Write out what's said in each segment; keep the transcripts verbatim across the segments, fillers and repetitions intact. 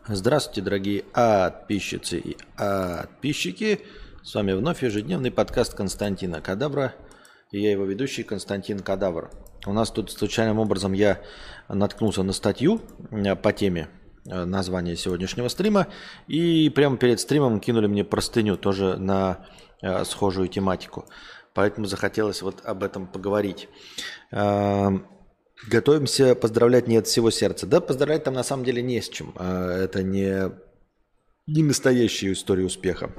Здравствуйте, дорогие подписчицы и подписчики. С вами вновь ежедневный подкаст Константина Кадавра. И я его ведущий Константин Кадавр. У нас тут случайным образом я наткнулся на статью по теме названия сегодняшнего стрима. И прямо перед стримом кинули мне простыню тоже на схожую тематику. Поэтому захотелось вот об этом поговорить. Готовимся поздравлять не от всего сердца. Да, поздравлять там на самом деле не с чем. Это не, не настоящая история успеха.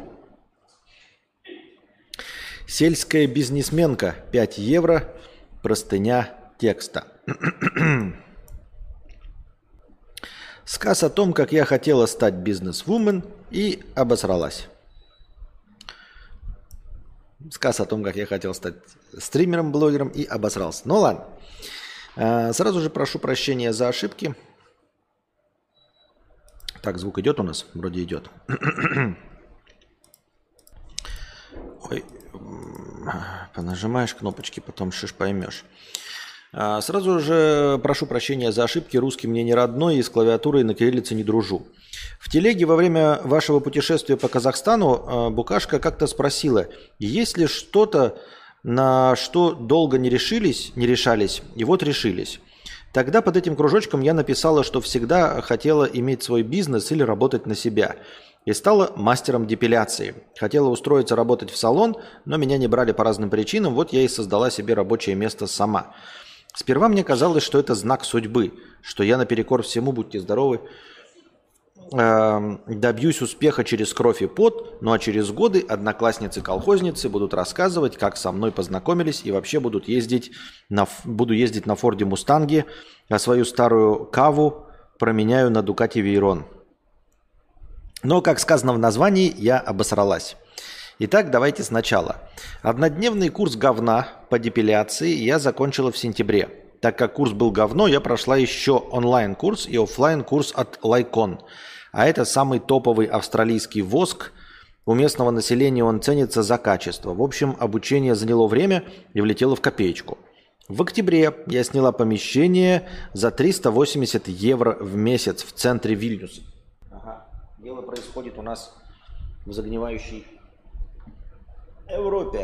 Сельская бизнесменка. пять евро. Простыня текста. Сказ о том, как я хотела стать бизнес-вумен и обосралась. Сказ о том, как я хотел стать стримером, блогером и обосрался. Ну ладно. Сразу же прошу прощения за ошибки. Так, звук идет у нас? Вроде идет. Ой, понажимаешь кнопочки, потом шиш поймешь. Сразу же прошу прощения за ошибки. Русский мне не родной, и с клавиатурой на кириллице не дружу. В телеге во время вашего путешествия по Казахстану Букашка как-то спросила, есть ли что-то, на что долго не решились, не решались, и вот решились. Тогда под этим кружочком я написала, что всегда хотела иметь свой бизнес или работать на себя. И стала мастером депиляции. Хотела устроиться работать в салон, но меня не брали по разным причинам, вот я и создала себе рабочее место сама. Сперва мне казалось, что это знак судьбы, что я наперекор всему, будьте здоровы, добьюсь успеха через кровь и пот, ну а через годы одноклассницы-колхозницы будут рассказывать, как со мной познакомились и вообще будут ездить на, буду ездить на Форде Мустанге, а свою старую Каву променяю на Дукати Вейрон. Но, как сказано в названии, я обосралась. Итак, давайте сначала. Однодневный курс говна по депиляции я закончила в сентябре. Так как курс был говно, я прошла еще онлайн-курс и офлайн-курс от Лайкон. А это самый топовый австралийский воск. У местного населения он ценится за качество. В общем, обучение заняло время и влетело в копеечку. В октябре я сняла помещение за триста восемьдесят евро в месяц в центре Вильнюса. Ага. Дело происходит у нас в загнивающей Европе.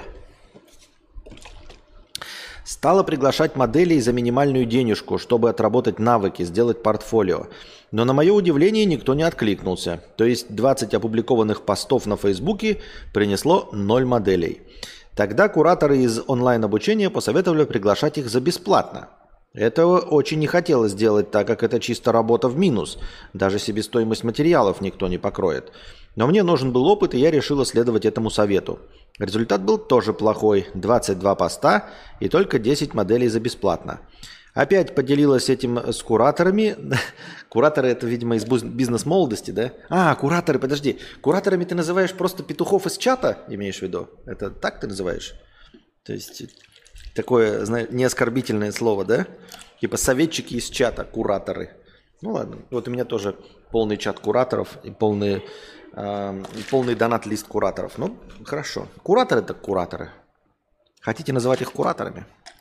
Стала приглашать моделей за минимальную денежку, чтобы отработать навыки, сделать портфолио. Но на мое удивление никто не откликнулся. То есть двадцать опубликованных постов на Фейсбуке принесло ноль моделей. Тогда кураторы из онлайн-обучения посоветовали приглашать их за бесплатно. Этого очень не хотелось делать, так как это чисто работа в минус. Даже себестоимость материалов никто не покроет. Но мне нужен был опыт, и я решила следовать этому совету. Результат был тоже плохой. двадцать два поста и только десять моделей за бесплатно. Опять поделилась этим с кураторами. Кураторы это, видимо, из бизнес-молодости, да? А, кураторы, подожди. Кураторами ты называешь просто петухов из чата, имеешь в виду? Это так ты называешь? То есть такое, знаешь, неоскорбительное слово, да? Типа советчики из чата, кураторы. Ну ладно, вот у меня тоже полный чат кураторов и полный, э, полный донат-лист кураторов. Ну, хорошо. Кураторы так кураторы. Хотите называть их кураторами?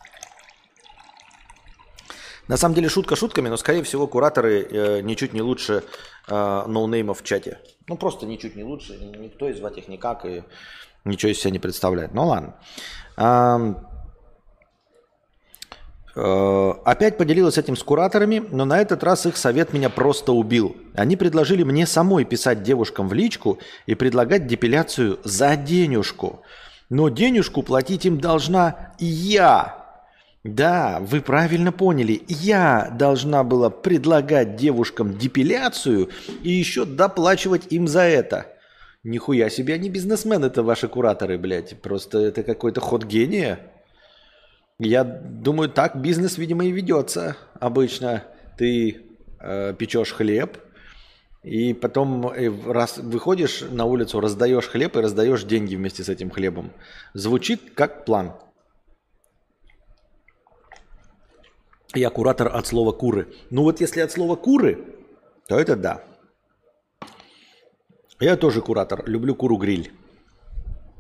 На самом деле шутка шутками, но, скорее всего, кураторы э, ничуть не лучше э, ноунеймов в чате. Ну, просто ничуть не лучше. Никто и звать их никак, и ничего из себя не представляет. Ну, ладно. Опять поделилась этим с кураторами, но на этот раз их совет меня просто убил. Они предложили мне самой писать девушкам в личку и предлагать депиляцию за денежку. Но денежку платить им должна я. Да, вы правильно поняли. Я должна была предлагать девушкам депиляцию и еще доплачивать им за это. Нихуя себе, они бизнесмены, это ваши кураторы, блядь. Просто это какой-то ход гения. Я думаю, так бизнес, видимо, и ведется. Обычно ты э, печешь хлеб, и потом э, раз выходишь на улицу, раздаешь хлеб и раздаешь деньги вместе с этим хлебом. Звучит как план. Я куратор от слова «куры». Ну вот если от слова «куры», то это да. Я тоже куратор, люблю куру-гриль.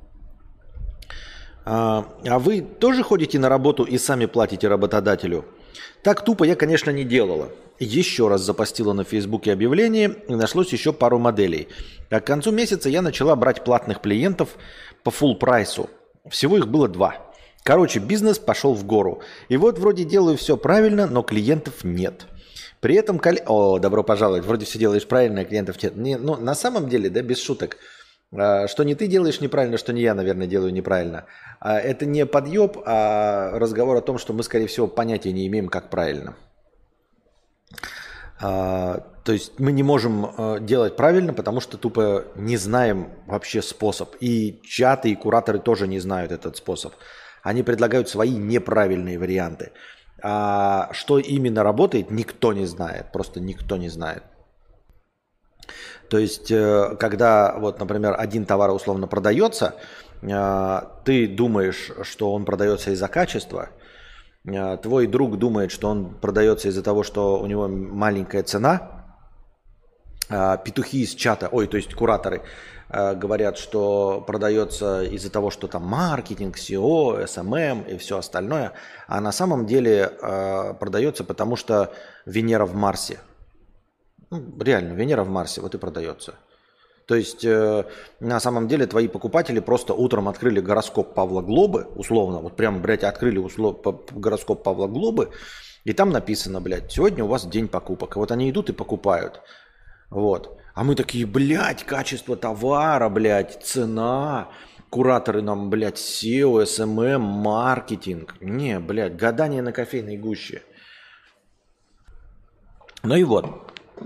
А, а вы тоже ходите на работу и сами платите работодателю? Так тупо я, конечно, не делала. Еще раз запостила на Фейсбуке объявление, и нашлось еще пару моделей. А к концу месяца я начала брать платных клиентов по фулл прайсу. Всего их было два. Короче, бизнес пошел в гору. И вот вроде делаю все правильно, но клиентов нет. При этом... Кол... О, добро пожаловать. Вроде все делаешь правильно, а клиентов нет. Не, ну, на самом деле, да, без шуток. Что не ты делаешь неправильно, что не я, наверное, делаю неправильно. Это не подъеб, а разговор о том, что мы, скорее всего, понятия не имеем, как правильно. То есть мы не можем делать правильно, потому что тупо не знаем вообще способ. И чаты, и кураторы тоже не знают этот способ. Они предлагают свои неправильные варианты. А что именно работает, никто не знает. Просто никто не знает. То есть, когда, вот, например, один товар условно продается, ты думаешь, что он продается из-за качества, твой друг думает, что он продается из-за того, что у него маленькая цена, петухи из чата, ой, то есть кураторы, говорят, что продается из-за того, что там маркетинг, сео, эс эм эм и все остальное, а на самом деле продается, потому что Венера в Марсе. Ну, реально, Венера в Марсе, вот и продается. То есть, э, на самом деле, твои покупатели просто утром открыли гороскоп Павла Глобы, условно, вот прям, блядь, открыли услов... гороскоп Павла Глобы, и там написано, блядь, сегодня у вас день покупок. И вот они идут и покупают. Вот. А мы такие, блядь, качество товара, блядь, цена, кураторы нам, блядь, сео, эс эм эм, маркетинг. Не, блядь, гадание на кофейной гуще. Ну и вот.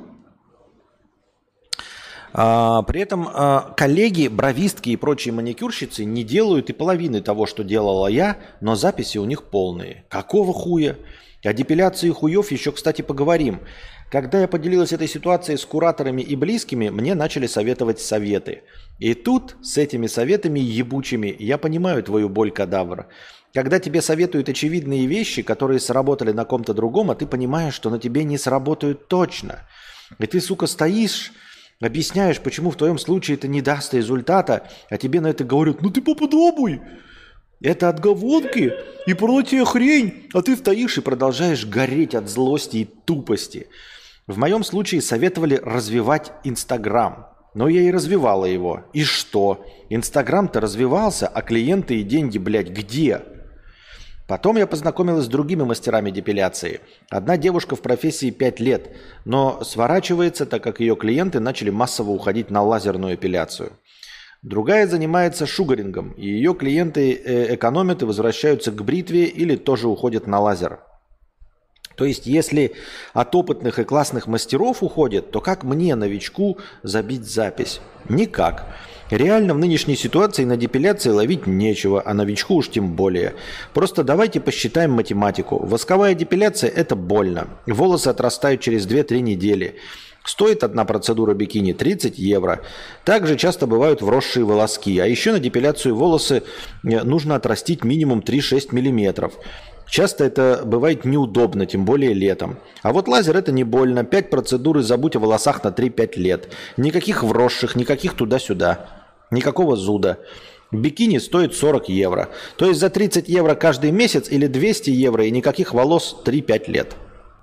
А, при этом а, коллеги, бровистки и прочие маникюрщицы не делают и половины того, что делала я, но записи у них полные. Какого хуя? О депиляции хуев еще, кстати, поговорим. Когда я поделилась этой ситуацией с кураторами и близкими, мне начали советовать советы. И тут с этими советами ебучими я понимаю твою боль, кадавр. Когда тебе советуют очевидные вещи, которые сработали на ком-то другом, а ты понимаешь, что на тебе не сработают точно. И ты, сука, стоишь... Объясняешь, почему в твоем случае это не даст результата, а тебе на это говорят, ну ты поподобуй, это отговорки и прочая хрень, а ты стоишь и продолжаешь гореть от злости и тупости. В моем случае советовали развивать Инстаграм, но я и развивала его. И что? Инстаграм-то развивался, а клиенты и деньги, блядь, где? Потом я познакомилась с другими мастерами депиляции. Одна девушка в профессии пять лет, но сворачивается, так как ее клиенты начали массово уходить на лазерную эпиляцию. Другая занимается шугарингом, и ее клиенты экономят и возвращаются к бритве или тоже уходят на лазер. То есть, если от опытных и классных мастеров уходят, то как мне, новичку, забить запись? Никак. Реально в нынешней ситуации на депиляции ловить нечего, а новичку уж тем более. Просто давайте посчитаем математику. Восковая депиляция – это больно. Волосы отрастают через две-три недели. Стоит одна процедура бикини тридцать евро. Также часто бывают вросшие волоски. А еще на депиляцию волосы нужно отрастить минимум три-шесть миллиметров. Часто это бывает неудобно, тем более летом. А вот лазер это не больно. пять процедур и забудь о волосах на три-пять лет. Никаких вросших, никаких туда-сюда. Никакого зуда. Бикини стоит сорок евро. То есть за тридцать евро каждый месяц или двести евро и никаких волос три-пять лет.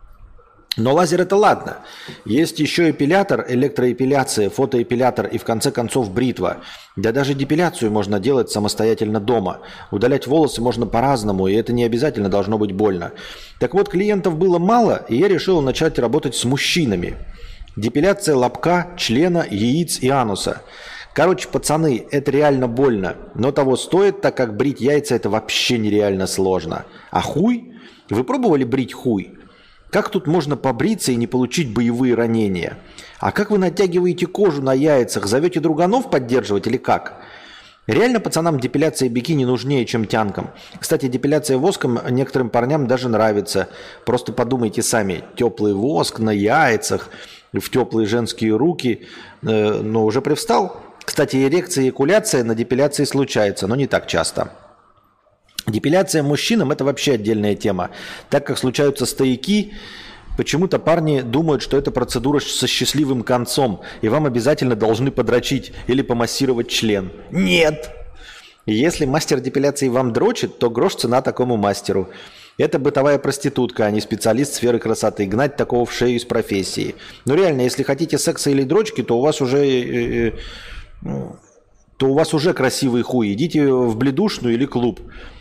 Но лазер это ладно. Есть еще эпилятор, электроэпиляция, фотоэпилятор и в конце концов бритва. Да даже депиляцию можно делать самостоятельно дома. Удалять волосы можно по-разному, и это не обязательно должно быть больно. Так вот, клиентов было мало, и я решил начать работать с мужчинами. Депиляция лобка, члена, яиц и ануса. Короче, пацаны, это реально больно, но того стоит, так как брить яйца это вообще нереально сложно. А хуй? Вы пробовали брить хуй? Как тут можно побриться и не получить боевые ранения? А как вы натягиваете кожу на яйцах? Зовете друганов поддерживать или как? Реально пацанам депиляция бикини нужнее, чем тянкам. Кстати, депиляция воском некоторым парням даже нравится. Просто подумайте сами. Теплый воск на яйцах, в теплые женские руки. Э, ну, уже привстал? Кстати, эрекция и экуляция на депиляции случается, но не так часто. Депиляция мужчинам – это вообще отдельная тема. Так как случаются стояки, почему-то парни думают, что это процедура со счастливым концом, и вам обязательно должны подрочить или помассировать член. Нет! Если мастер депиляции вам дрочит, то грош цена такому мастеру. Это бытовая проститутка, а не специалист сферы красоты. Гнать такого в шею из профессии. Но реально, если хотите секса или дрочки, то у вас уже, э, э, то у вас уже красивый хуй. Идите в бледушную или клуб.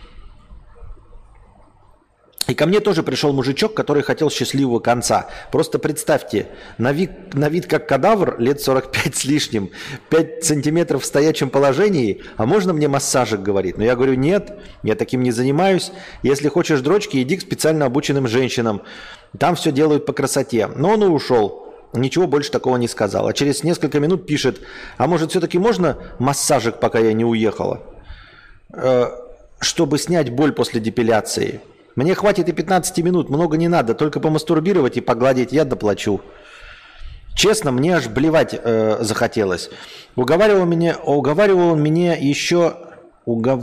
И ко мне тоже пришел мужичок, который хотел счастливого конца. Просто представьте, на вид, на вид как кадавр, лет сорок пять с лишним, пять сантиметров в стоячем положении, а можно мне массажик, говорит? Но я говорю, нет, я таким не занимаюсь. Если хочешь дрочки, иди к специально обученным женщинам. Там все делают по красоте. Но он и ушел. Ничего больше такого не сказал. А через несколько минут пишет, а может все-таки можно массажик, пока я не уехала? Э, чтобы снять боль после депиляции. Мне хватит и пятнадцати минут, много не надо, только помастурбировать и погладить, я доплачу. Честно, мне аж блевать э, захотелось. Уговаривал меня, уговаривал меня еще... Угов...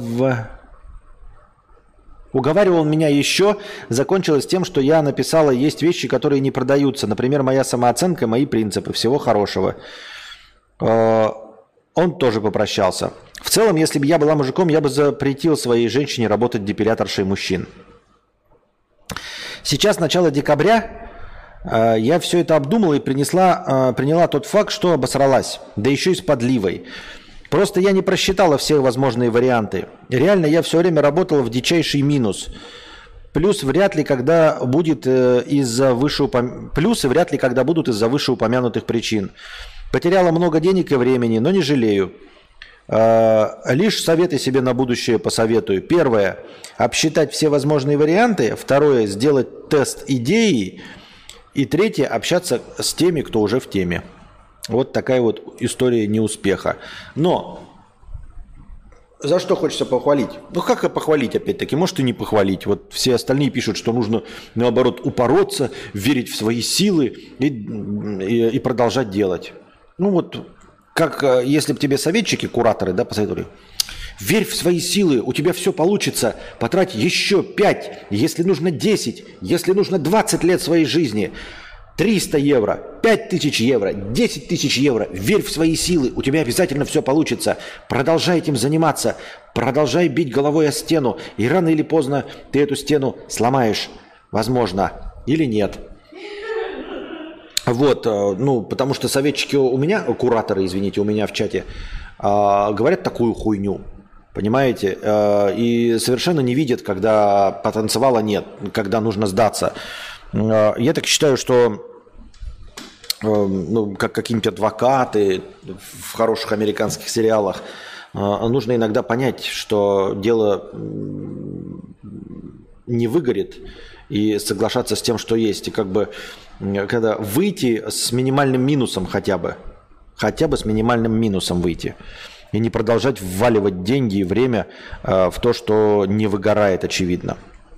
Уговаривал меня еще, закончилось тем, что я написала, есть вещи, которые не продаются. Например, моя самооценка, мои принципы. Всего хорошего. Э, он тоже попрощался. В целом, если бы я была мужиком, я бы запретил своей женщине работать депиляторшей мужчин. Сейчас, начало декабря, э, я все это обдумала и принесла, э, приняла тот факт, что обосралась, да еще и с подливой. Просто я не просчитала все возможные варианты. Реально, я все время работала в дичайший минус. Плюс вряд ли, когда будет э, из-за вышеупом... Плюсы вряд ли, когда будут из-за вышеупомянутых причин. Потеряла много денег и времени, но не жалею. Лишь советы себе на будущее посоветую. Первое. Обсчитать все возможные варианты. Второе. Сделать тест идеи. И третье. Общаться с теми, кто уже в теме. Вот такая вот история неуспеха. Но за что хочется похвалить? Ну как похвалить опять-таки? Может и не похвалить. Вот все остальные пишут, что нужно наоборот упороться, верить в свои силы и, и, и продолжать делать. Ну вот... Как если бы тебе советчики, кураторы, да, посоветовали, верь в свои силы, у тебя все получится, потрать еще пять, если нужно десять, если нужно двадцать лет своей жизни, триста евро, пять тысяч евро, десять тысяч евро, верь в свои силы, у тебя обязательно все получится, продолжай этим заниматься, продолжай бить головой о стену, и рано или поздно ты эту стену сломаешь, возможно, или нет. Вот, ну, потому что советчики у меня, кураторы, извините, у меня в чате, говорят такую хуйню, понимаете, и совершенно не видят, когда потанцевала нет, когда нужно сдаться. Я так считаю, что ну, как какие-нибудь адвокаты в хороших американских сериалах, нужно иногда понять, что дело не выгорит, и соглашаться с тем, что есть, и как бы когда выйти с минимальным минусом хотя бы, хотя бы с минимальным минусом выйти, и не продолжать вваливать деньги и время э, в то, что не выгорает, очевидно.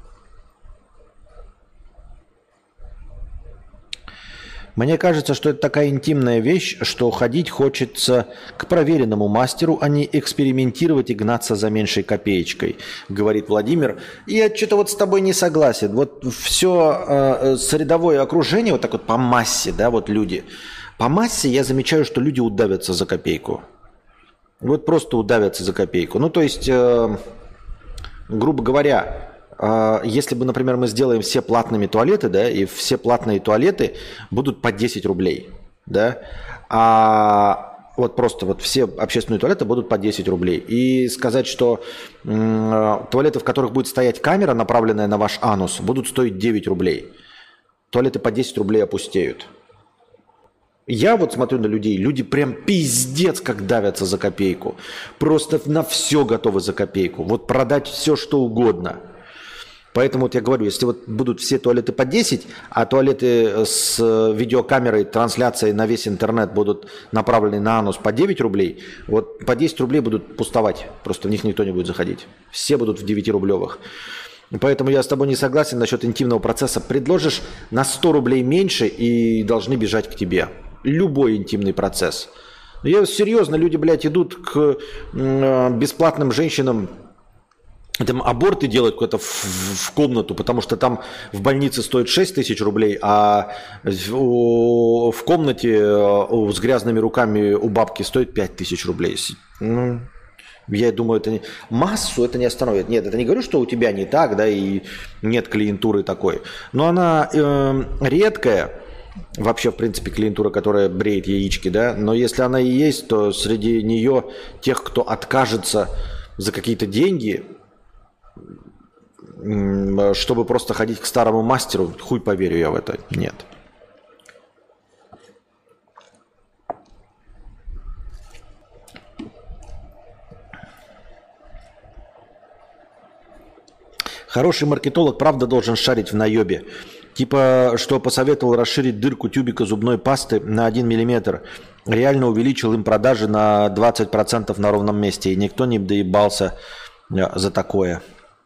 Мне кажется, что это такая интимная вещь, что ходить хочется к проверенному мастеру, а не экспериментировать и гнаться за меньшей копеечкой, говорит Владимир. И я что-то вот с тобой не согласен. Вот все э, средовое окружение, вот так вот по массе, да, вот люди. По массе я замечаю, что люди удавятся за копейку. Вот просто удавятся за копейку. Ну, то есть, э, грубо говоря... Если бы, например, мы сделаем все платными туалеты, да, и все платные туалеты будут по десять рублей, да, а вот просто вот все общественные туалеты будут по десять рублей. И сказать, что м- туалеты, в которых будет стоять камера, направленная на ваш анус, будут стоить девять рублей. Туалеты по десять рублей опустеют. Я вот смотрю на людей, люди прям пиздец как давятся за копейку. Просто на все готовы за копейку. Вот продать все, что угодно. Поэтому вот я говорю, если вот будут все туалеты по десять, а туалеты с видеокамерой, трансляцией на весь интернет будут направлены на анус по девять рублей, вот по десять рублей будут пустовать, просто в них никто не будет заходить. Все будут в девятирублевых. Поэтому я с тобой не согласен насчет интимного процесса. Предложишь на сто рублей меньше и должны бежать к тебе. Любой интимный процесс. Я серьезно, люди, блядь, идут к бесплатным женщинам, там аборты делают куда-то в, в комнату, потому что там в больнице стоит шесть тысяч рублей, а в, в комнате с грязными руками у бабки стоит пять тысяч рублей. Ну, Я думаю, это не... массу это не остановит. Нет, это не говорю, что у тебя не так, да, и нет клиентуры такой. Но она э, редкая, вообще, в принципе, клиентура, которая бреет яички, да. Но если она и есть, то среди нее тех, кто откажется за какие-то деньги, чтобы просто ходить к старому мастеру, хуй поверю я в это, нет. Хороший маркетолог, правда, должен шарить в наебе. Типа, что посоветовал расширить дырку тюбика зубной пасты на один миллиметр. Реально увеличил им продажи на двадцать процентов на ровном месте. И никто не доебался за такое.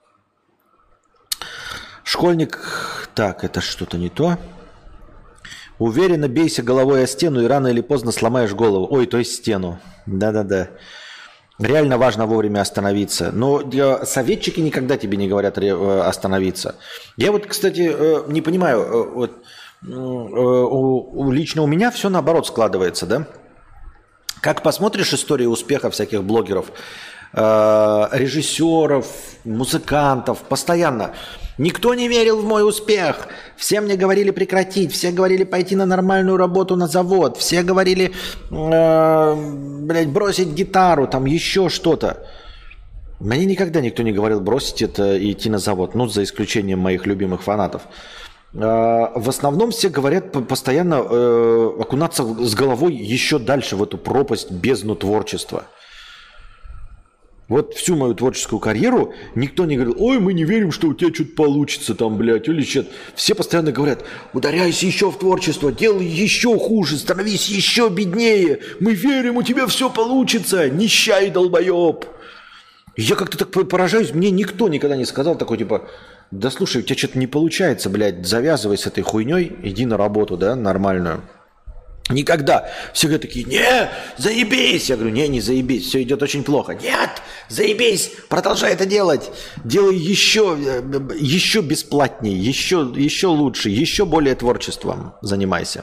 Школьник... Так, это что-то не то. Уверенно бейся головой о стену и рано или поздно сломаешь голову. Ой, то есть стену. Да-да-да. Реально важно вовремя остановиться. Но советчики никогда тебе не говорят остановиться. Я вот, кстати, не понимаю, вот, лично у меня все наоборот складывается, да? Как посмотришь истории успеха всяких блогеров, режиссеров, музыкантов, постоянно. Никто не верил в мой успех. Все мне говорили прекратить. Все говорили пойти на нормальную работу на завод. Все говорили, э, блядь, бросить гитару, там еще что-то. Мне никогда никто не говорил бросить это и идти на завод. Ну, за исключением моих любимых фанатов. Э, в основном все говорят постоянно э, окунаться с головой еще дальше в эту пропасть, бездну творчества. Вот всю мою творческую карьеру никто не говорил, ой, мы не верим, что у тебя что-то получится там, блядь, или что-то. Все постоянно говорят, ударяйся еще в творчество, делай еще хуже, становись еще беднее. Мы верим, у тебя все получится, нищай, долбоеб. Я как-то так поражаюсь, мне никто никогда не сказал такой, типа, да слушай, у тебя что-то не получается, блядь, завязывай с этой хуйней, иди на работу, да, нормальную. Никогда. Все говорят такие, не, заебись. Я говорю, не, не заебись, все идет очень плохо. Нет, заебись, продолжай это делать. Делай еще, еще бесплатнее, еще, еще лучше, еще более творчеством занимайся.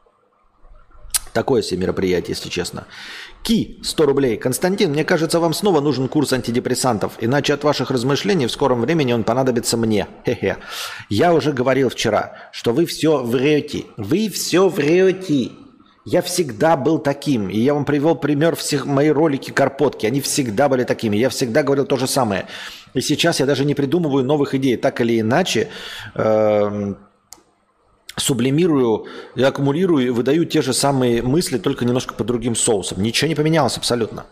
Такое себе мероприятие, если честно. Ки, сто рублей. Константин, мне кажется, вам снова нужен курс антидепрессантов, иначе от ваших размышлений в скором времени он понадобится мне. Хе-хе. Я уже говорил вчера, что вы все врете. Вы все врете. Я всегда был таким, и я вам привел пример всех мои ролики Карпотки, они всегда были такими, я всегда говорил то же самое. И сейчас я даже не придумываю новых идей, так или иначе э, сублимирую, аккумулирую и выдаю те же самые мысли, только немножко по другим соусам. Ничего не поменялось абсолютно.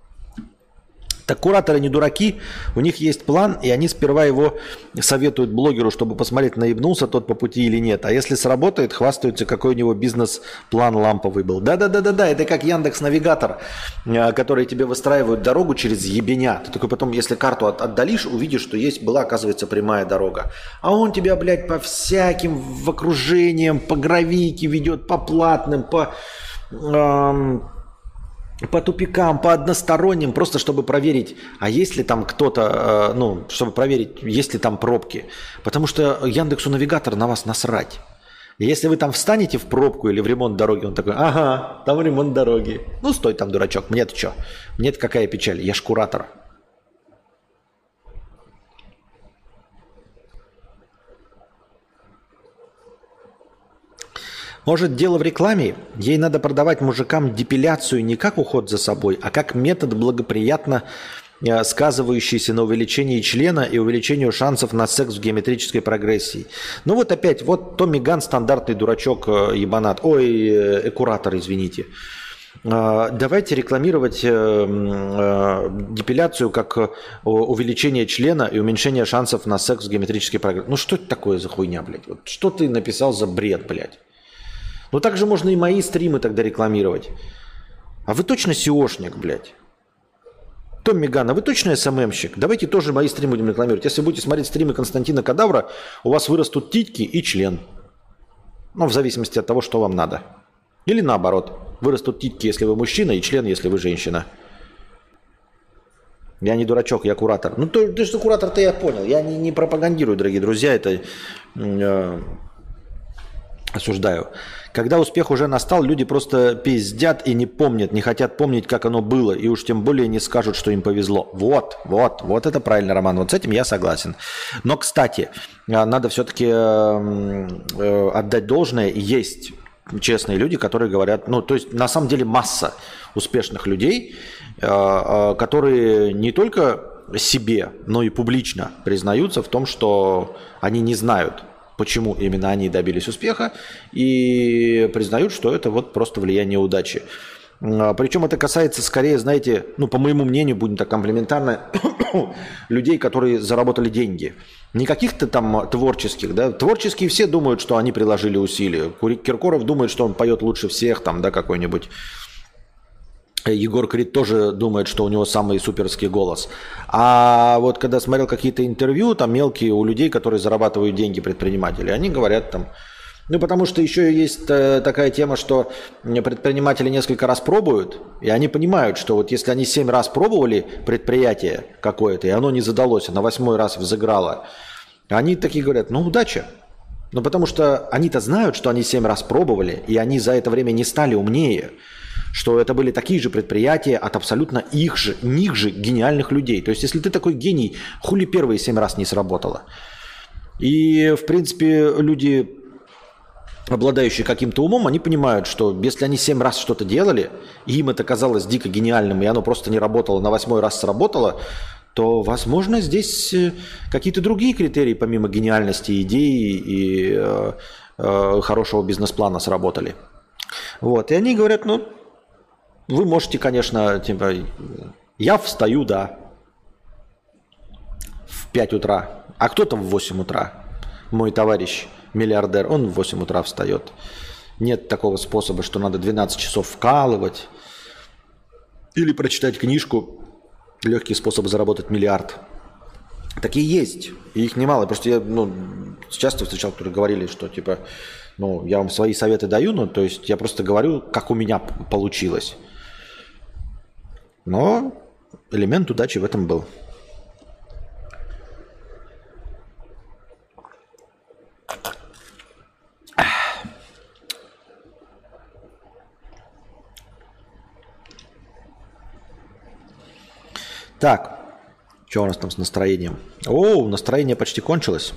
Так кураторы не дураки, у них есть план, и они сперва его советуют блогеру, чтобы посмотреть, наебнулся тот по пути или нет. А если сработает, хвастаются, какой у него бизнес-план ламповый был. Да-да-да-да-да, это как Яндекс.Навигатор, который тебе выстраивают дорогу через ебеня. Ты такой потом, если карту от- отдалишь, увидишь, что есть была, оказывается, прямая дорога. А он тебя, блядь, по всяким в окружениям, по гравийке ведет, по платным, по... эм, по тупикам, по односторонним, просто чтобы проверить, а есть ли там кто-то, э, ну, чтобы проверить, есть ли там пробки. Потому что Яндексу Навигатор на вас насрать. И если вы там встанете в пробку или в ремонт дороги, он такой, ага, там ремонт дороги. Ну, стой там, дурачок, мне-то что? Мне-то какая печаль, я ж куратор. Может, дело в рекламе? Ей надо продавать мужикам депиляцию не как уход за собой, а как метод, благоприятно э, сказывающийся на увеличении члена и увеличению шансов на секс в геометрической прогрессии. Ну вот опять, вот Томми Ган, стандартный дурачок, э, ебанат. Ой, э, куратор, извините. Э, давайте рекламировать э, э, депиляцию как э, увеличение члена и уменьшение шансов на секс в геометрической прогрессии. Ну что это такое за хуйня, блядь? Вот что ты написал за бред, блядь? Ну так же можно и мои стримы тогда рекламировать. А вы точно сеошник, блядь? Томми Ган, а вы точно эс эм эм-щик? Давайте тоже мои стримы будем рекламировать. Если будете смотреть стримы Константина Кадавра, у вас вырастут титьки и член. Ну, в зависимости от того, что вам надо. Или наоборот. Вырастут титьки, если вы мужчина, и член, если вы женщина. Я не дурачок, я куратор. Ну, то, ты что куратор-то я понял. Я не, не пропагандирую, дорогие друзья. Это... Э, Осуждаю. Когда успех уже настал, люди просто пиздят и не помнят, не хотят помнить, как оно было, и уж тем более не скажут, что им повезло. Вот, вот, вот это правильно, Роман, вот с этим я согласен. Но, кстати, надо все-таки отдать должное, есть честные люди, которые говорят, ну, то есть на самом деле масса успешных людей, которые не только себе, но и публично признаются в том, что они не знают, почему именно они добились успеха, и признают, что это вот просто влияние удачи. Причем это касается скорее, знаете, ну, по моему мнению, будем так комплиментарно, людей, которые заработали деньги. Не каких-то там творческих, да, творческие все думают, что они приложили усилия. Киркоров думает, что он поет лучше всех, там, да, какой-нибудь. Егор Крид тоже думает, что у него самый суперский голос. А вот когда смотрел какие-то интервью, там мелкие у людей, которые зарабатывают деньги, предприниматели, они говорят там, ну потому что еще есть э, такая тема, что предприниматели несколько раз пробуют, и они понимают, что вот если они семь раз пробовали предприятие какое-то, и оно не задалось, а на восьмой раз взыграло, они такие говорят, ну удача. Ну потому что они-то знают, что они семь раз пробовали, и они за это время не стали умнее, что это были такие же предприятия от абсолютно их же, них же гениальных людей. То есть, если ты такой гений, хули первые семь раз не сработало? И, в принципе, люди, обладающие каким-то умом, они понимают, что если они семь раз что-то делали, и им это казалось дико гениальным, и оно просто не работало, на восьмой раз сработало, то, возможно, здесь какие-то другие критерии, помимо гениальности, идеи и э, э, хорошего бизнес-плана сработали. Вот. И они говорят, ну, вы можете, конечно, типа, я встаю, да, в пять утра, а кто-то в восемь утра. Мой товарищ, миллиардер, он в восемь утра встает. Нет такого способа, что надо двенадцать часов вкалывать или прочитать книжку «Легкий способ заработать миллиард». Такие есть, и их немало. Просто я ну, часто встречал, которые говорили, что типа, ну, я вам свои советы даю, ну, то есть я просто говорю, как у меня получилось. Но элемент удачи в этом был. Так, что у нас там с настроением? О, настроение почти кончилось.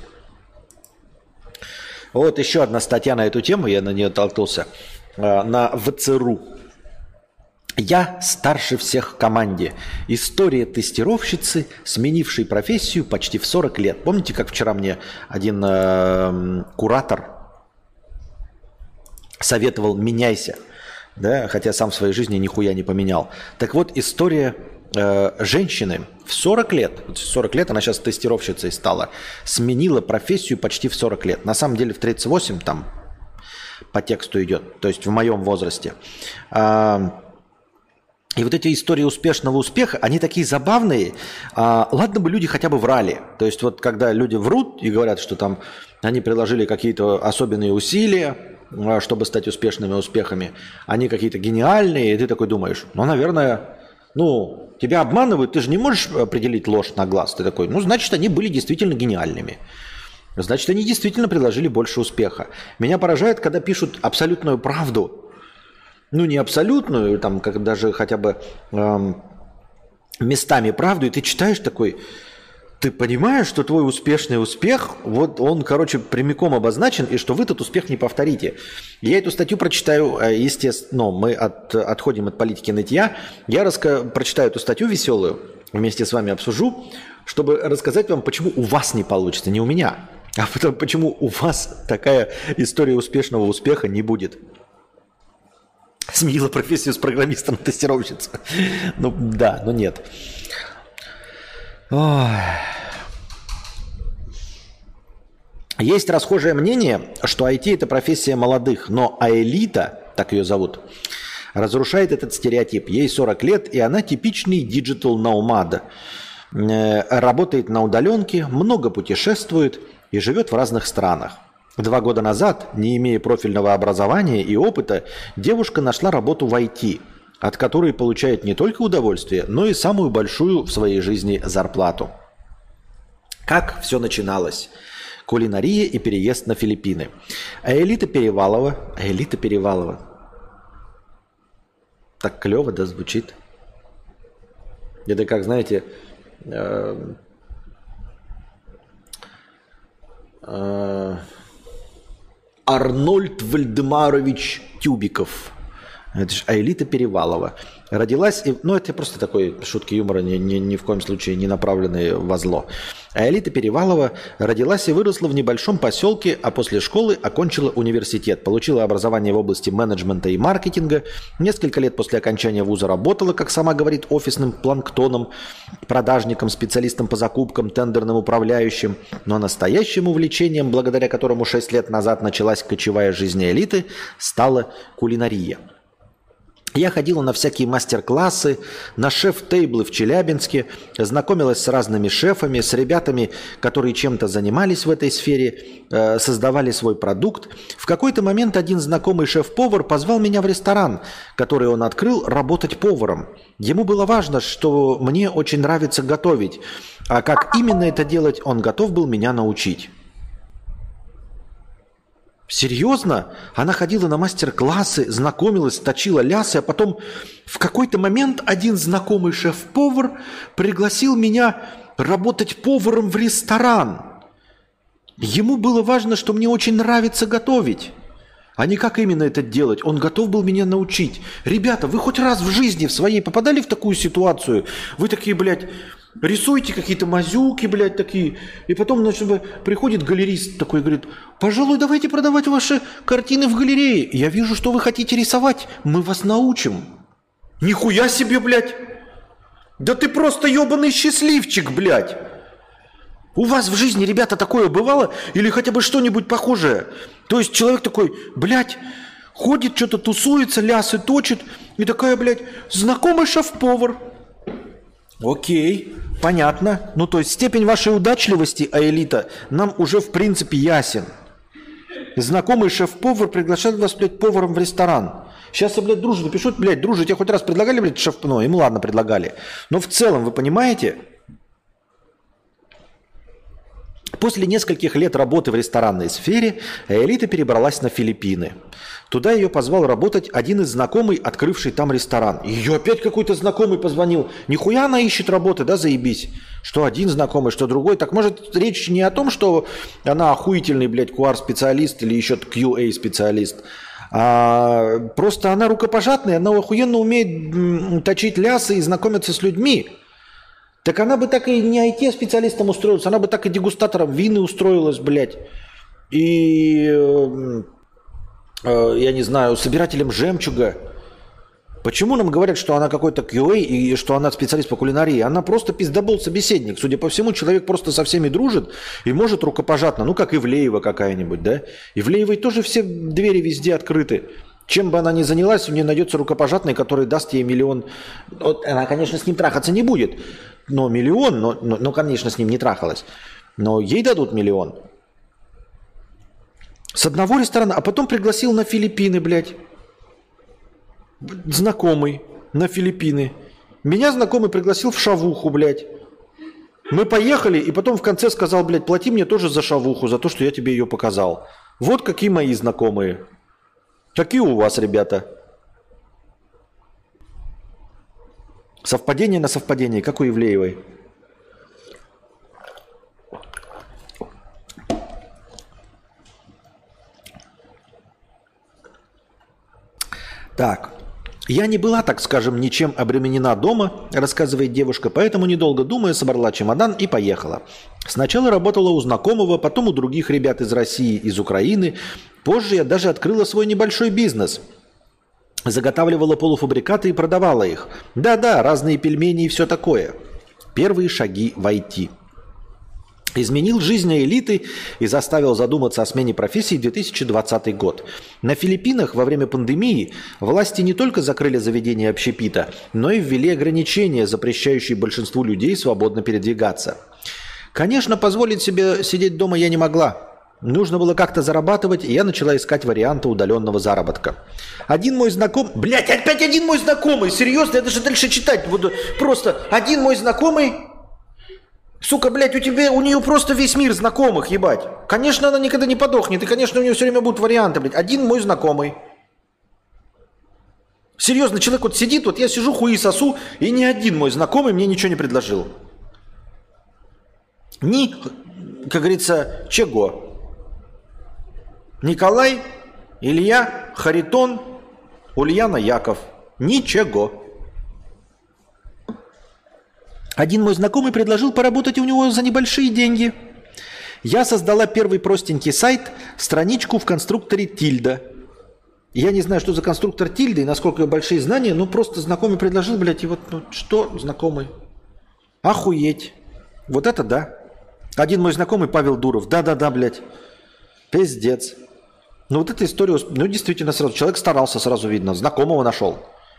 Вот еще одна статья на эту тему, я на нее толкнулся, на ВЦРУ. Я старше всех в команде. История тестировщицы, сменившей профессию почти в сорок лет. Помните, как вчера мне один э, куратор советовал «меняйся», да? Хотя сам в своей жизни нихуя не поменял. Так вот, история э, женщины в сорок лет, в сорок лет она сейчас тестировщицей стала, сменила профессию почти в сорок лет. На самом деле в тридцать восемь там по тексту идет, то есть в моем возрасте. А, И вот эти истории успешного успеха, они такие забавные. А, ладно бы люди хотя бы врали. То есть вот когда люди врут и говорят, что там они приложили какие-то особенные усилия, чтобы стать успешными успехами, они какие-то гениальные, и ты такой думаешь, ну, наверное, ну, тебя обманывают, ты же не можешь определить ложь на глаз. Ты такой, ну, значит, они были действительно гениальными. Значит, они действительно приложили больше успеха. Меня поражает, когда пишут абсолютную правду, ну, не абсолютную, там, как даже хотя бы эм, местами правду, и ты читаешь такой, ты понимаешь, что твой успешный успех, вот он, короче, прямиком обозначен, и что вы этот успех не повторите. Я эту статью прочитаю, естественно, мы от, отходим от политики нытья, я раска... прочитаю эту статью веселую, вместе с вами обсужу, чтобы рассказать вам, почему у вас не получится, не у меня, а потом, почему у вас такая история успешного успеха не будет. Сменила профессию с программиста на тестировщицу. Ну да, но нет. Ой. Есть расхожее мнение, что ай ти – это профессия молодых, но Аэлита, так ее зовут, разрушает этот стереотип. Ей сорок лет, и она типичный digital nomad. Работает на удаленке, много путешествует и живет в разных странах. Два года назад, не имея профильного образования и опыта, девушка нашла работу в ай ти, от которой получает не только удовольствие, но и самую большую в своей жизни зарплату. Как все начиналось? кулинария и переезд на Филиппины. А Элита Перевалова... А Элита Перевалова... Так клево, да, звучит. Это как, знаете... Э, э, Арнольд Вальдемарович Тюбиков. Это же Аэлита Перевалова. Родилась, и, ну это просто такой шутки юмора, ни, ни, ни в коем случае не направленные во зло. Аэлита Перевалова родилась и выросла в небольшом поселке, а после школы окончила университет. Получила образование в области менеджмента и маркетинга. Несколько лет после окончания вуза работала, как сама говорит, офисным планктоном, продажником, специалистом по закупкам, тендерным управляющим. Но настоящим увлечением, благодаря которому шесть лет назад началась кочевая жизнь элиты, стала кулинария. Я ходила на всякие мастер-классы, на шеф-тейблы в Челябинске, знакомилась с разными шефами, с ребятами, которые чем-то занимались в этой сфере, э, создавали свой продукт. В какой-то момент один знакомый шеф-повар позвал меня в ресторан, который он открыл, работать поваром. Ему было важно, что мне очень нравится готовить, а как именно это делать, он готов был меня научить. Серьезно? Она ходила на мастер-классы, знакомилась, точила лясы, а потом в какой-то момент один знакомый шеф-повар пригласил меня работать поваром в ресторан. Ему было важно, что мне очень нравится готовить, а не как именно это делать. Он готов был меня научить. Ребята, вы хоть раз в жизни в своей попадали в такую ситуацию? Вы такие, блядь, рисуете какие-то мазюки, блядь, такие. И потом, значит, приходит галерист такой и говорит: пожалуй, давайте продавать ваши картины в галерее. Я вижу, что вы хотите рисовать. Мы вас научим. Нихуя себе, блядь. Да ты просто ебаный счастливчик, блядь. У вас в жизни, ребята, такое бывало? Или хотя бы что-нибудь похожее? То есть человек такой, блядь, ходит, что-то тусуется, лясы точит. И такая, блядь, знакомый шеф-повар. Окей, понятно. Ну, то есть степень вашей удачливости, Аэлита, нам уже в принципе ясен. Знакомый шеф-повар приглашает вас, блядь, поваром в ресторан. Сейчас я, блядь, дружу напишу, блядь, дружи, тебе хоть раз предлагали, блядь, шеф... Ну, ему ладно, предлагали. Но в целом, вы понимаете... После нескольких лет работы в ресторанной сфере Аэлита перебралась на Филиппины. Туда ее позвал работать один из знакомых, открывший там ресторан. Ее опять какой-то знакомый позвонил. Нихуя она ищет работы, да, заебись. Что один знакомый, что другой. Так может речь не о том, что она охуительный, блядь, кью ар-специалист или еще кью эй-специалист. А просто она рукопожатная, она охуенно умеет точить лясы и знакомиться с людьми. Так она бы так и не ай ти-специалистом устроилась, она бы так и дегустатором вины устроилась, блядь. И, э, э, я не знаю, собирателем жемчуга. Почему нам говорят, что она какой-то кью эй и что она специалист по кулинарии? Она просто пиздобол-собеседник. Судя по всему, человек просто со всеми дружит и может рукопожатно. Ну, как Ивлеева какая-нибудь, да? Ивлеевой тоже все двери везде открыты. Чем бы она ни занялась, у нее найдется рукопожатный, который даст ей миллион. Вот она, конечно, с ним трахаться не будет. Но миллион, но, но, но, конечно, с ним не трахалась. Но ей дадут миллион. С одного ресторана, а потом пригласил на Филиппины, блядь. Знакомый на Филиппины. Меня знакомый пригласил в шавуху, блядь. Мы поехали, и потом в конце сказал, блядь, плати мне тоже за шавуху, за то, что я тебе ее показал. Вот какие мои знакомые. Какие у вас, ребята? Совпадение на совпадение, как у Ивлеевой. Так. Я не была, так скажем, ничем обременена дома, рассказывает девушка, поэтому, недолго думая, собрала чемодан и поехала. Сначала работала у знакомого, потом у других ребят из России, из Украины. Позже я даже открыла свой небольшой бизнес. Заготавливала полуфабрикаты и продавала их. Да-да, разные пельмени и все такое. Первые шаги в ай ти. Изменил жизнь элиты и заставил задуматься о смене профессии две тысячи двадцатый год. На Филиппинах во время пандемии власти не только закрыли заведения общепита, но и ввели ограничения, запрещающие большинству людей свободно передвигаться. Конечно, позволить себе сидеть дома я не могла. Нужно было как-то зарабатывать, и я начала искать варианты удаленного заработка. Один мой знакомый... Блядь, опять один мой знакомый! Серьезно, я даже дальше читать буду. Просто один мой знакомый... Сука, блядь, у тебя, у нее просто весь мир знакомых, ебать. Конечно, она никогда не подохнет, и, конечно, у нее все время будут варианты, блядь. Один мой знакомый. Серьезно, человек вот сидит, вот я сижу, хуи сосу, и ни один мой знакомый мне ничего не предложил. Ни, как говорится, чего. Николай, Илья, Харитон, Ульяна, Яков. Ничего. Один мой знакомый предложил поработать у него за небольшие деньги. Я создала первый простенький сайт, страничку в конструкторе Тильда. Я не знаю, что за конструктор Тильда и насколько большие знания, но просто знакомый предложил, блядь, и вот ну, что знакомый? Охуеть. Вот это да. Один мой знакомый Павел Дуров. Да-да-да, блядь. Пиздец. Ну вот эта история, ну действительно сразу, человек старался, сразу видно, знакомого нашел.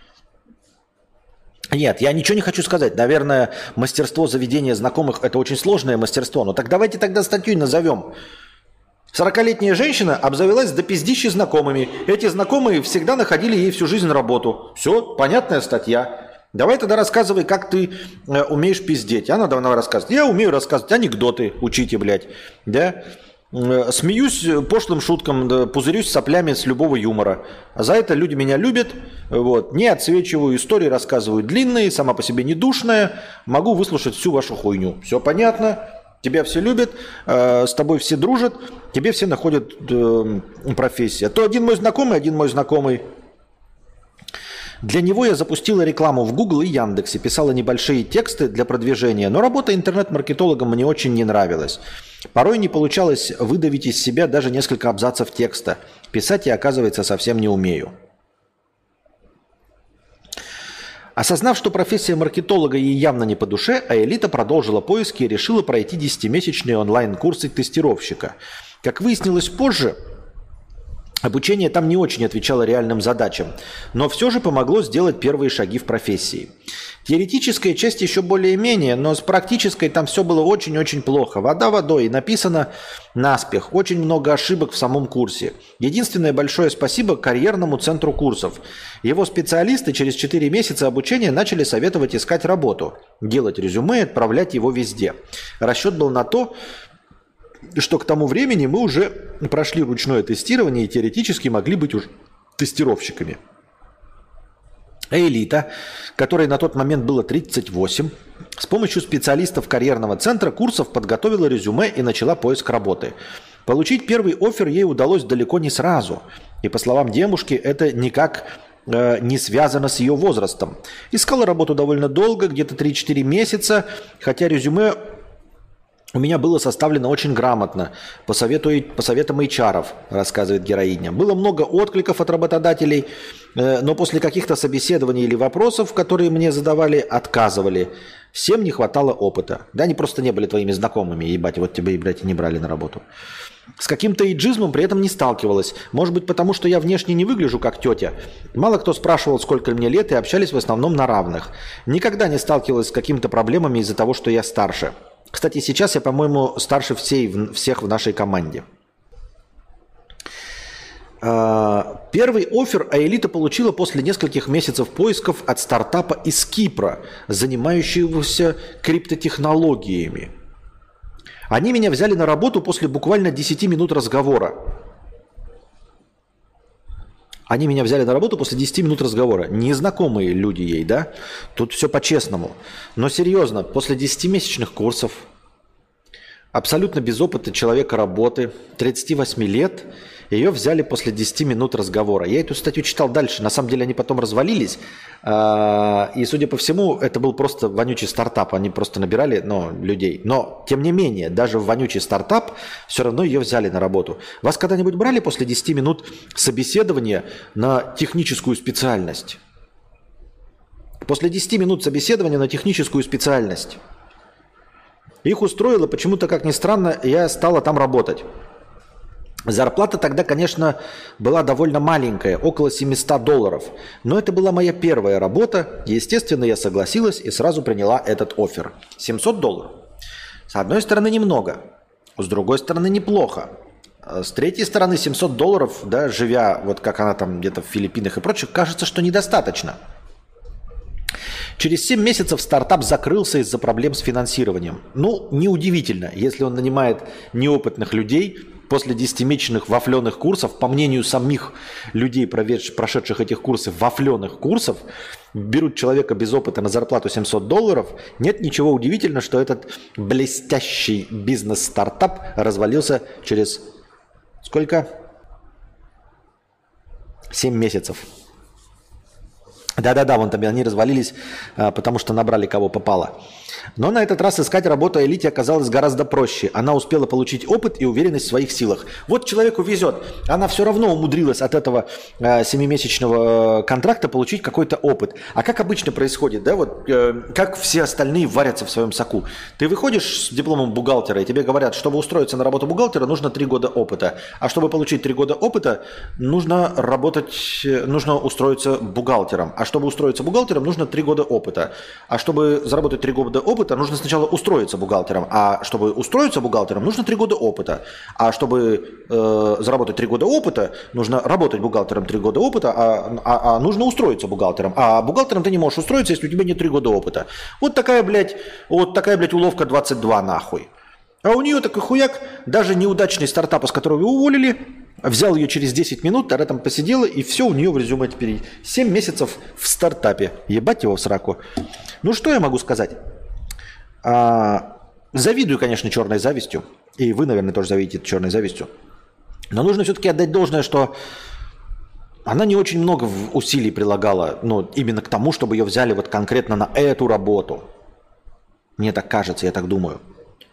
Нет, я ничего не хочу сказать. Наверное, мастерство заведения знакомых – это очень сложное мастерство. Но так давайте тогда статью назовем. сорокалетняя женщина обзавелась до пиздищи знакомыми. Эти знакомые всегда находили ей всю жизнь работу. Все, понятная статья. Давай тогда рассказывай, как ты э, умеешь пиздеть. Она давно рассказывает. Я умею рассказывать анекдоты, учите, блядь. Да? Э, смеюсь пошлым шуткам, да, пузырюсь соплями с любого юмора. За это люди меня любят. Вот. Не отсвечиваю, истории рассказываю длинные, сама по себе не душная. Могу выслушать всю вашу хуйню. Все понятно. Тебя все любят, э, с тобой все дружат, тебе все находят э, профессию. А то один мой знакомый, один мой знакомый. Для него я запустила рекламу в Google и Яндексе, писала небольшие тексты для продвижения, но работа интернет-маркетологом мне очень не нравилась. Порой не получалось выдавить из себя даже несколько абзацев текста. Писать я, оказывается, совсем не умею. Осознав, что профессия маркетолога ей явно не по душе, Аэлита продолжила поиски и решила пройти десятимесячные онлайн-курсы тестировщика. Как выяснилось позже, обучение там не очень отвечало реальным задачам, но все же помогло сделать первые шаги в профессии. Теоретическая часть еще более-менее, но с практической там все было очень-очень плохо. Вода водой, написано наспех, очень много ошибок в самом курсе. Единственное большое спасибо карьерному центру курсов. Его специалисты через четыре месяца обучения начали советовать искать работу, делать резюме и отправлять его везде. Расчет был на то, что к тому времени мы уже прошли ручное тестирование и теоретически могли быть уже тестировщиками. Элита, которой на тот момент было тридцать восемь, с помощью специалистов карьерного центра курсов подготовила резюме и начала поиск работы. Получить первый оффер ей удалось далеко не сразу. И по словам девушки, это никак э, не связано с ее возрастом. Искала работу довольно долго, где-то три-четыре месяца, хотя резюме у меня было составлено очень грамотно, по, совету, по советам эйч ар-ов, рассказывает героиня. Было много откликов от работодателей, э, но после каких-то собеседований или вопросов, которые мне задавали, отказывали. Всем не хватало опыта. Да, они просто не были твоими знакомыми, ебать, вот тебя, блядь, и не брали на работу. С каким-то эйджизмом при этом не сталкивалась. Может быть, потому что я внешне не выгляжу как тетя. Мало кто спрашивал, сколько мне лет, и общались в основном на равных. Никогда не сталкивалась с какими-то проблемами из-за того, что я старше. Кстати, сейчас я, по-моему, старше всей, всех в нашей команде. Первый оффер Аэлита получила после нескольких месяцев поисков от стартапа из Кипра, занимающегося криптотехнологиями. Они меня взяли на работу после буквально десяти минут разговора. Они меня взяли на работу после десяти минут разговора. Незнакомые люди ей, да? Тут все по-честному. Но серьезно, после десятимесячных курсов, абсолютно без опыта человека работы, тридцати восьми лет, ее взяли после десяти минут разговора. Я эту статью читал дальше. На самом деле они потом развалились. И, судя по всему, это был просто вонючий стартап. Они просто набирали ну, людей. Но, тем не менее, даже в вонючий стартап все равно ее взяли на работу. Вас когда-нибудь брали после десяти минут собеседования на техническую специальность? После десяти минут собеседования на техническую специальность. Их устроило, почему-то, как ни странно, я стала там работать. Зарплата тогда, конечно, была довольно маленькая, около семьсот долларов. Но это была моя первая работа. Естественно, я согласилась и сразу приняла этот оффер. семьсот долларов. С одной стороны, немного. С другой стороны, неплохо. С третьей стороны, семьсот долларов, да, живя, вот как она там где-то в Филиппинах и прочее, кажется, что недостаточно. Через семь месяцев стартап закрылся из-за проблем с финансированием. Ну, неудивительно, если он нанимает неопытных людей после десятимесячных вафленых курсов, по мнению самих людей, прошедших этих курсов, вафленых курсов, берут человека без опыта на зарплату семьсот долларов, нет ничего удивительного, что этот блестящий бизнес-стартап развалился через сколько? семь месяцев. Да-да-да, вон там они развалились, потому что набрали кого попало. Но на этот раз искать работу Элите оказалось гораздо проще. Она успела получить опыт и уверенность в своих силах. Вот человеку везет. Она все равно умудрилась от этого э, семимесячного контракта получить какой-то опыт. А как обычно происходит, да, вот э, как все остальные варятся в своем соку. Ты выходишь с дипломом бухгалтера, и тебе говорят, чтобы устроиться на работу бухгалтера, нужно три года опыта. А чтобы получить три года опыта, нужно работать, нужно устроиться бухгалтером. А чтобы устроиться бухгалтером, нужно три года опыта. А чтобы заработать три года опыта, нужно сначала устроиться бухгалтером. А чтобы устроиться бухгалтером, нужно три года опыта. А чтобы э, заработать три года опыта, нужно работать бухгалтером три года опыта, а, а, а нужно устроиться бухгалтером. А бухгалтером ты не можешь устроиться, если у тебя нет три года опыта. Вот такая, блядь, вот такая, блядь, уловка двадцать два нахуй. А у нее такой хуяк, даже неудачный стартап, из которого вы уволили, взял ее через десять минут, тогда там посидела, и все у нее в резюме теперь. семь месяцев в стартапе. Ебать его в сраку. Ну что я могу сказать? А, завидую, конечно, черной завистью. И вы, наверное, тоже завидите черной завистью. Но нужно все-таки отдать должное, что она не очень много усилий прилагала, ну, именно к тому, чтобы ее взяли вот конкретно на эту работу. Мне так кажется, я так думаю.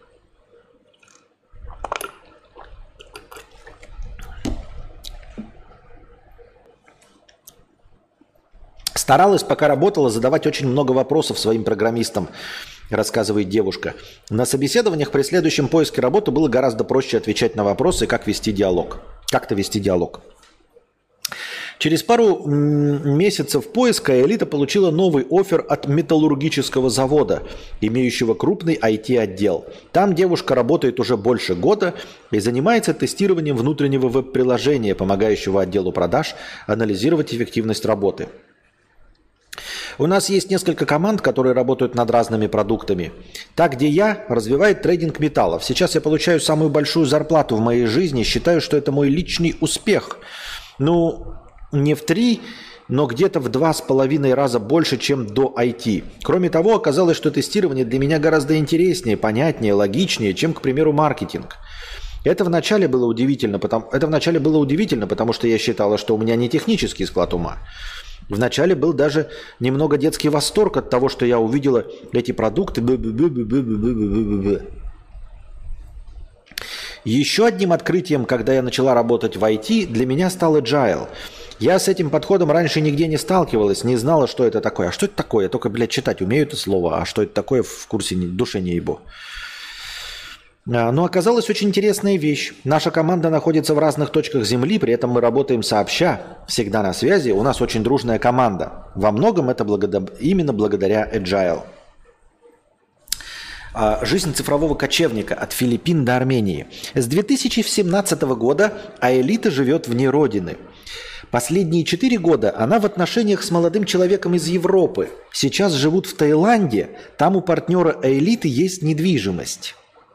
Старалась, пока работала, задавать очень много вопросов своим программистам, рассказывает девушка. На собеседованиях при следующем поиске работы было гораздо проще отвечать на вопросы, как вести диалог. Как-то вести диалог. Через пару месяцев поиска Элита получила новый оффер от металлургического завода, имеющего крупный ай ти-отдел. Там девушка работает уже больше года и занимается тестированием внутреннего веб-приложения, помогающего отделу продаж анализировать эффективность работы. У нас есть несколько команд, которые работают над разными продуктами. Та, где я, развивает трейдинг металлов. Сейчас я получаю самую большую зарплату в моей жизни. Считаю, что это мой личный успех. Ну, не в три, но где-то в два с половиной раза больше, чем до ай ти. Кроме того, оказалось, что тестирование для меня гораздо интереснее, понятнее, логичнее, чем, к примеру, маркетинг. Это вначале было удивительно, потому, это вначале было удивительно, потому что я считала, что у меня не технический склад ума. Вначале был даже немного детский восторг от того, что я увидела эти продукты. Еще одним открытием, когда я начала работать в ай ти, для меня стал Agile. Я с этим подходом раньше нигде не сталкивалась, не знала, что это такое. А что это такое? Я только, блядь, читать умею это слово. А что это такое, в курсе душе не ебу. Но оказалась очень интересная вещь. Наша команда находится в разных точках Земли, при этом мы работаем сообща, всегда на связи. У нас очень дружная команда. Во многом это благо... именно благодаря Agile. Жизнь цифрового кочевника от Филиппин до Армении. С две тысячи семнадцатого года Аэлита живет вне родины. Последние четыре года она в отношениях с молодым человеком из Европы. Сейчас живут в Таиланде. Там у партнера Аэлиты есть недвижимость.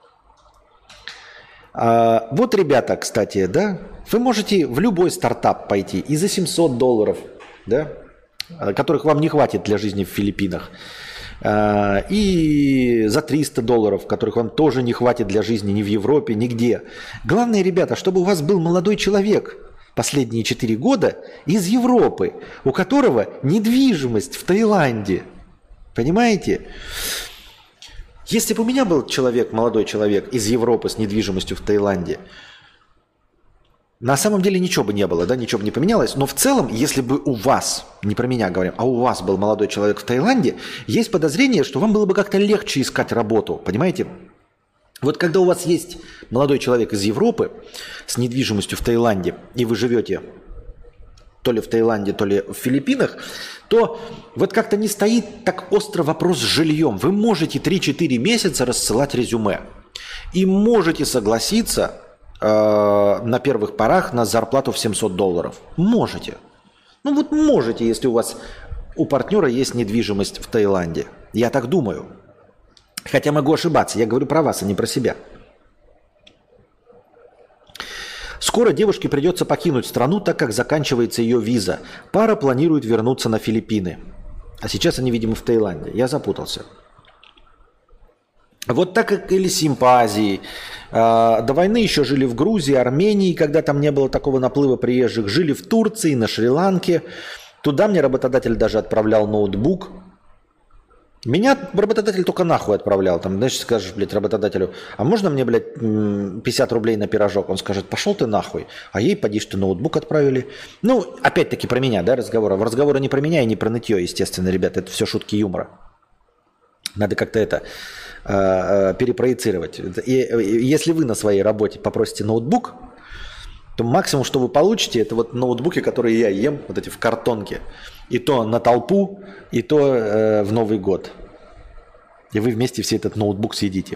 А, вот, ребята, кстати, да, вы можете в любой стартап пойти и за семьсот долларов, да, которых вам не хватит для жизни в Филиппинах, а, и за триста долларов, которых вам тоже не хватит для жизни ни в Европе, нигде. Главное, ребята, чтобы у вас был молодой человек последние четыре года из Европы, у которого недвижимость в Таиланде. Понимаете? Если бы у меня был человек, молодой человек из Европы с недвижимостью в Таиланде, на самом деле ничего бы не было, да, ничего бы не поменялось. Но в целом, если бы у вас, не про меня говорим, а у вас был молодой человек в Таиланде, есть подозрение, что вам было бы как-то легче искать работу, понимаете? Вот когда у вас есть молодой человек из Европы с недвижимостью в Таиланде, и вы живете то ли в Таиланде, то ли в Филиппинах, то вот как-то не стоит так остро вопрос с жильем. Вы можете три-четыре месяца рассылать резюме и можете согласиться э, на первых порах на зарплату в семьсот долларов. Можете. Ну вот можете, если у вас у партнера есть недвижимость в Таиланде. Я так думаю. Хотя могу ошибаться. Я говорю про вас, а не про себя. Скоро девушке придется покинуть страну, так как заканчивается ее виза. Пара планирует вернуться на Филиппины. А сейчас они, видимо, в Таиланде. Я запутался. Вот так как или симпазии. До войны еще жили в Грузии, Армении, когда там не было такого наплыва приезжих. Жили в Турции, на Шри-Ланке. Туда мне работодатель даже отправлял ноутбук. Меня работодатель только нахуй отправлял. Там, знаешь, скажешь, блядь, работодателю, а можно мне, блядь, пятьдесят рублей на пирожок? Он скажет, пошел ты нахуй. А ей, поди, что ноутбук отправили. Ну, опять-таки про меня, да, разговоры. Разговоры не про меня и не про нытье, естественно, ребята. Это все шутки юмора. Надо как-то это э, перепроецировать. И, если вы на своей работе попросите ноутбук, то максимум, что вы получите, это вот ноутбуки, которые я ем, вот эти в картонке. И то на толпу, и то э, в Новый год. И вы вместе все этот ноутбук съедите.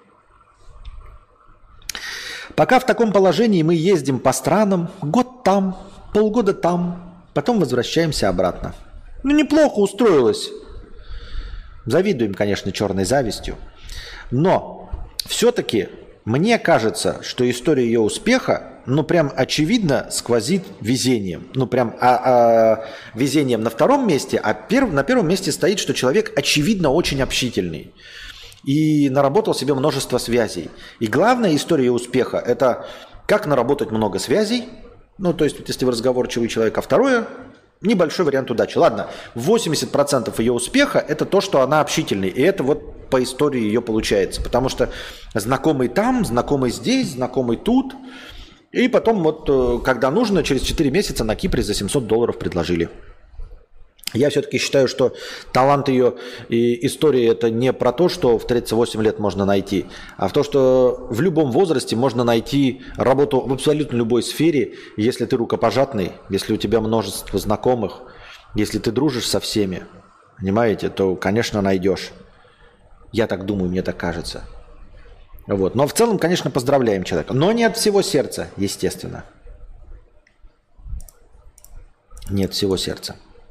Пока в таком положении мы ездим по странам, год там, полгода там, потом возвращаемся обратно. Ну, неплохо устроилась. Завидуем, конечно, черной завистью. Но все-таки мне кажется, что история ее успеха, ну, прям очевидно сквозит везением. Ну, прям а, а, везением на втором месте, а перв, на первом месте стоит, что человек очевидно очень общительный. И наработал себе множество связей. И главная история успеха – это как наработать много связей. Ну, то есть, если вы разговорчивый человек. А второе – небольшой вариант удачи. Ладно, восемьдесят процентов ее успеха – это то, что она общительный. И это вот по истории ее получается. Потому что знакомый там, знакомый здесь, знакомый тут. И потом вот, когда нужно, через четыре месяца на Кипре за семьсот долларов предложили. Я все-таки считаю, что талант ее и история – это не про то, что в тридцать восемь лет можно найти, а в то, что в любом возрасте можно найти работу в абсолютно любой сфере, если ты рукопожатный, если у тебя множество знакомых, если ты дружишь со всеми, понимаете, то, конечно, найдешь. Я так думаю, мне так кажется. Вот. Но в целом, конечно, поздравляем человека. Но не от всего сердца, естественно. Не от всего сердца.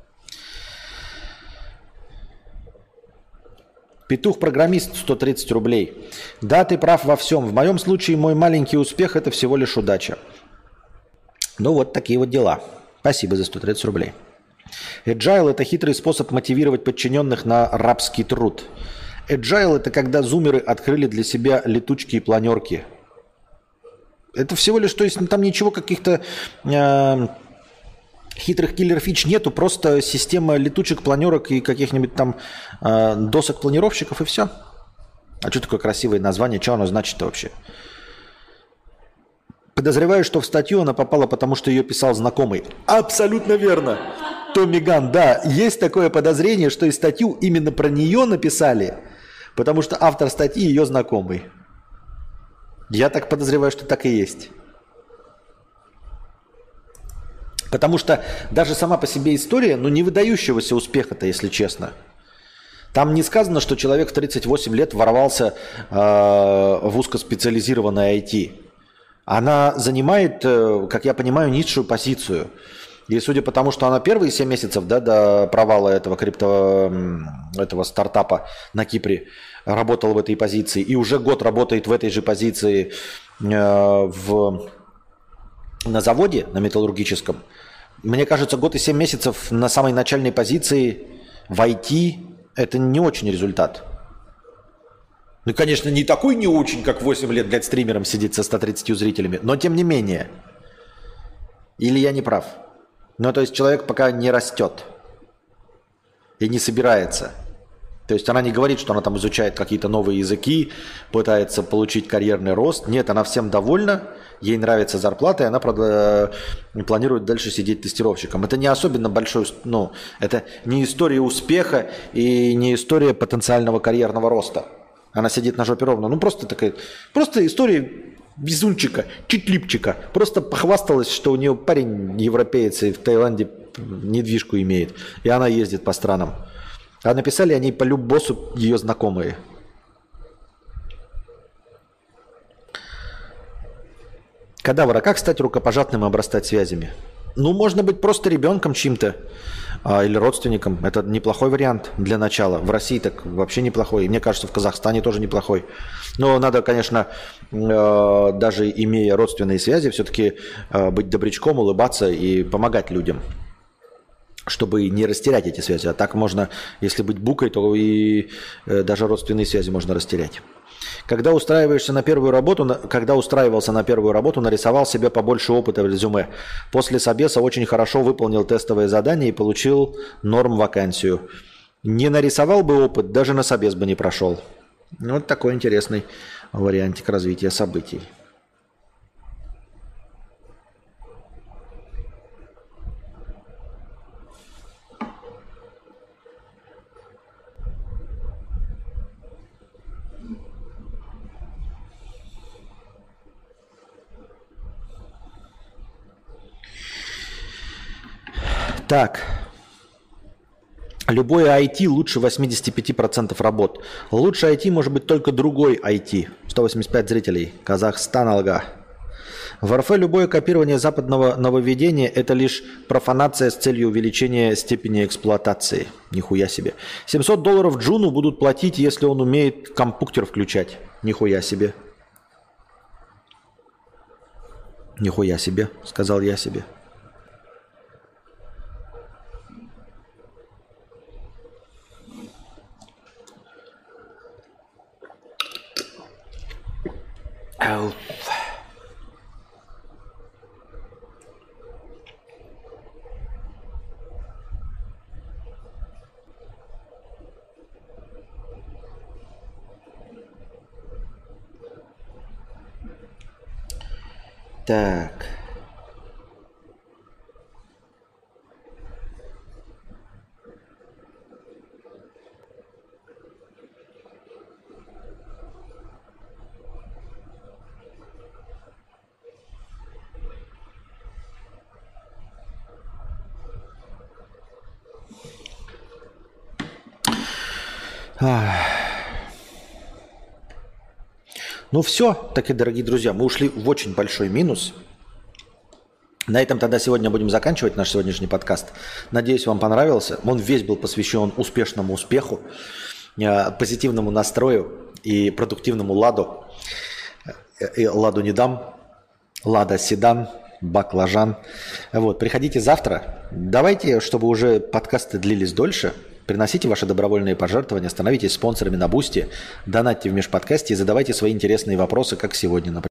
Петух-программист, сто тридцать рублей. Да, ты прав во всем. В моем случае мой маленький успех – это всего лишь удача. Ну вот такие вот дела. Спасибо за сто тридцать рублей. Agile – это хитрый способ мотивировать подчиненных на рабский труд. Agile – это когда зумеры открыли для себя летучки и планерки. Это всего лишь, то есть там ничего каких-то э, хитрых киллер-фич нету, просто система летучек, планерок и каких-нибудь там э, досок-планировщиков и все. А что такое красивое название, что оно значит-то вообще? Подозреваю, что в статью она попала, потому что ее писал знакомый. Абсолютно верно. Томми Ган, да, есть такое подозрение, что и статью именно про нее написали, потому что автор статьи ее знакомый. Я так подозреваю, что так и есть. Потому что даже сама по себе история, ну, не выдающегося успеха-то, если честно. Там не сказано, что человек в тридцать восемь лет ворвался э, в узкоспециализированное ай ти. Она занимает, э, как я понимаю, низшую позицию. И судя по тому, что она первые семь месяцев, да, до провала этого крипто, этого стартапа на Кипре работала в этой позиции, и уже год работает в этой же позиции э, в, на заводе, на металлургическом, мне кажется, год и семь месяцев на самой начальной позиции в ай ти – это не очень результат. Ну, конечно, не такой не очень, как восемь лет, блядь, стримером сидеть со ста тридцатью зрителями, но тем не менее. Или я не прав? Ну, то есть человек пока не растет и не собирается. То есть она не говорит, что она там изучает какие-то новые языки, пытается получить карьерный рост. Нет, она всем довольна, ей нравится зарплата, и она правда, планирует дальше сидеть тестировщиком. Это не особенно большой, ну, это не история успеха и не история потенциального карьерного роста. Она сидит на жопе ровно. Ну, просто такая, просто история везунчика, читлипчика. Просто похвасталась, что у нее парень европеец и в Таиланде недвижку имеет. И она ездит по странам. А написали они по любосу ее знакомые. Кадавра, как стать рукопожатным и обрастать связями? Ну, можно быть просто ребенком чьим-то а, или родственником. Это неплохой вариант для начала. В России так вообще неплохой. И мне кажется, в Казахстане тоже неплохой. Но надо, конечно, э, даже имея родственные связи, все-таки э, быть добрячком, улыбаться и помогать людям, чтобы не растерять эти связи. А так можно, если быть букой, то и э, даже родственные связи можно растерять. Когда устраиваешься на первую работу, когда устраивался на первую работу, нарисовал себе побольше опыта в резюме. После собеса очень хорошо выполнил тестовое задание и получил норм вакансию. Не нарисовал бы опыт, даже на собес бы не прошел. Вот такой интересный вариантик развития событий. Так. Любое ай ти лучше восемьдесят пять процентов работ. Лучше ай ти может быть только другой ай ти. сто восемьдесят пять зрителей. Казахстан, Алга. В эр эф любое копирование западного нововведения – это лишь профанация с целью увеличения степени эксплуатации. Нихуя себе. семьсот долларов Джуну будут платить, если он умеет компьютер включать. Нихуя себе. Нихуя себе, сказал я себе. Ау. Так. Ну все, таки, дорогие друзья, мы ушли в очень большой минус. На этом тогда сегодня будем заканчивать наш сегодняшний подкаст. Надеюсь, вам понравился. Он весь был посвящен успешному успеху, позитивному настрою и продуктивному ладу. И ладу не дам, лада седан, баклажан. Вот, приходите завтра. Давайте, чтобы уже подкасты длились дольше, приносите ваши добровольные пожертвования, становитесь спонсорами на Бусти, донатьте в межподкасте и задавайте свои интересные вопросы, как сегодня, например.